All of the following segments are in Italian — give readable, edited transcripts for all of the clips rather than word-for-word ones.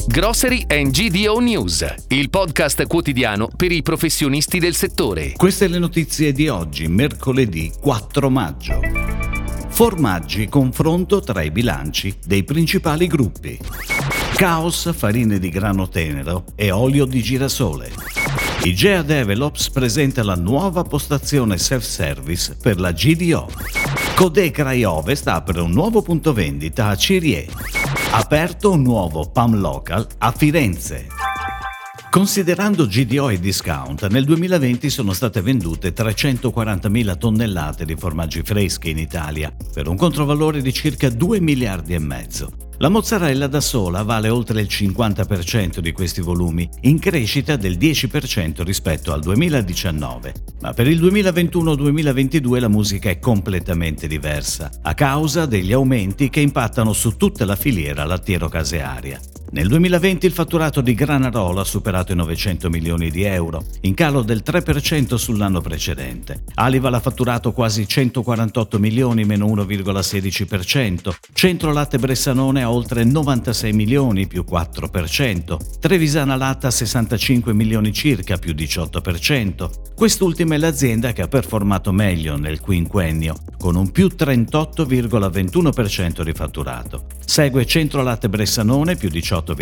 Grocery and GDO News, il podcast quotidiano per i professionisti del settore. Queste le notizie di oggi, mercoledì 4 maggio. Formaggi, confronto tra i bilanci dei principali gruppi. Caos, farine di grano tenero e olio di girasole. IGEA Develops presenta la nuova postazione self-service per la GDO. Codecra Ovest apre un nuovo punto vendita a Cirie. Aperto un nuovo PAM Local a Firenze. Considerando GDO e discount, nel 2020 sono state vendute 340.000 tonnellate di formaggi freschi in Italia, per un controvalore di circa 2 miliardi e mezzo. La mozzarella da sola vale oltre il 50% di questi volumi, in crescita del 10% rispetto al 2019. Ma per il 2021-2022 la musica è completamente diversa, a causa degli aumenti che impattano su tutta la filiera lattiero-casearia. Nel 2020 il fatturato di Granarola ha superato i 900 milioni di euro, in calo del 3% sull'anno precedente. Alival ha fatturato quasi 148 milioni, meno 1,16%. Centro Latte Bressanone a oltre 96 milioni, più 4%. Trevisana Latta 65 milioni circa, più 18%. Quest'ultima è l'azienda che ha performato meglio nel quinquennio, con un più 38,21% di fatturato. Segue Centro Latte Bressanone, più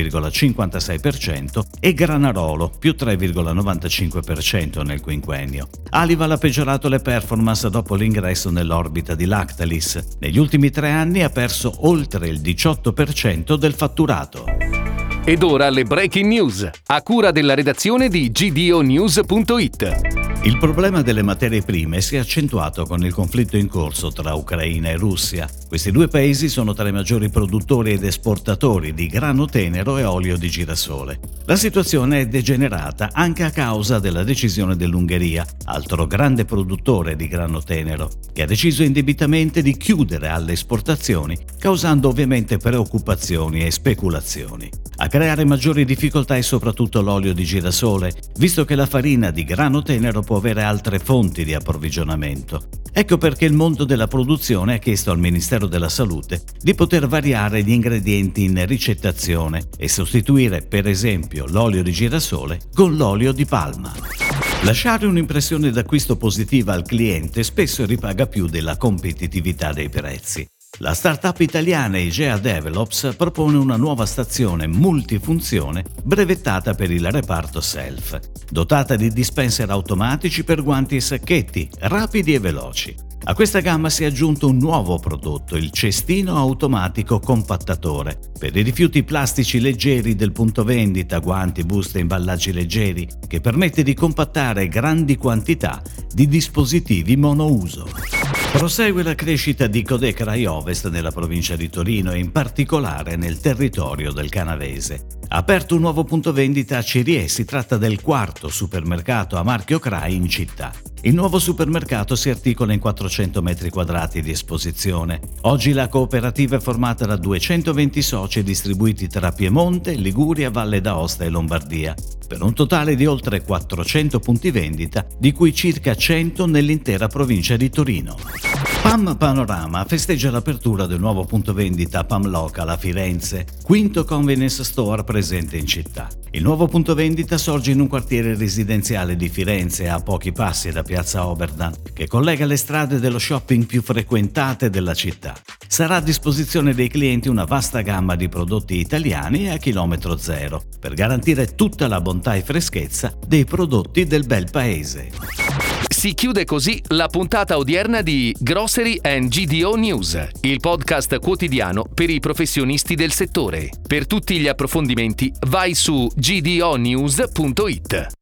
18,56% e Granarolo, più 3,95% nel quinquennio. Alival ha peggiorato le performance dopo l'ingresso nell'orbita di Lactalis. Negli ultimi 3 anni ha perso oltre il 18% del fatturato. Ed ora le breaking news, a cura della redazione di gdonews.it. Il problema delle materie prime si è accentuato con il conflitto in corso tra Ucraina e Russia. Questi due paesi sono tra i maggiori produttori ed esportatori di grano tenero e olio di girasole. La situazione è degenerata anche a causa della decisione dell'Ungheria, altro grande produttore di grano tenero, che ha deciso indebitamente di chiudere alle esportazioni, causando ovviamente preoccupazioni e speculazioni. A creare maggiori difficoltà è soprattutto l'olio di girasole, visto che la farina di grano tenero può avere altre fonti di approvvigionamento. Ecco perché il mondo della produzione ha chiesto al Ministero della Salute di poter variare gli ingredienti in ricettazione e sostituire, per esempio, l'olio di girasole con l'olio di palma. Lasciare un'impressione d'acquisto positiva al cliente spesso ripaga più della competitività dei prezzi. La startup italiana IGEA Develops propone una nuova stazione multifunzione brevettata per il reparto self, dotata di dispenser automatici per guanti e sacchetti, rapidi e veloci. A questa gamma si è aggiunto un nuovo prodotto, il cestino automatico compattatore, per i rifiuti plastici leggeri del punto vendita, guanti, buste e imballaggi leggeri, che permette di compattare grandi quantità di dispositivi monouso. Prosegue la crescita di Codecra Ovest nella provincia di Torino e in particolare nel territorio del Canavese. Ha aperto un nuovo punto vendita a Cirie, si tratta del 4º supermercato a marchio CRAI in città. Il nuovo supermercato si articola in 400 metri quadrati di esposizione. Oggi la cooperativa è formata da 220 soci distribuiti tra Piemonte, Liguria, Valle d'Aosta e Lombardia, per un totale di oltre 400 punti vendita, di cui circa 100 nell'intera provincia di Torino. PAM Panorama festeggia l'apertura del nuovo punto vendita PAM Local a Firenze, 5º convenience store presente in città. Il nuovo punto vendita sorge in un quartiere residenziale di Firenze a pochi passi da Piazza Oberdan, che collega le strade dello shopping più frequentate della città. Sarà a disposizione dei clienti una vasta gamma di prodotti italiani a chilometro zero, per garantire tutta la bontà e freschezza dei prodotti del bel paese. Si chiude così la puntata odierna di Grocery and GDO News, il podcast quotidiano per i professionisti del settore. Per tutti gli approfondimenti vai su gdonews.it.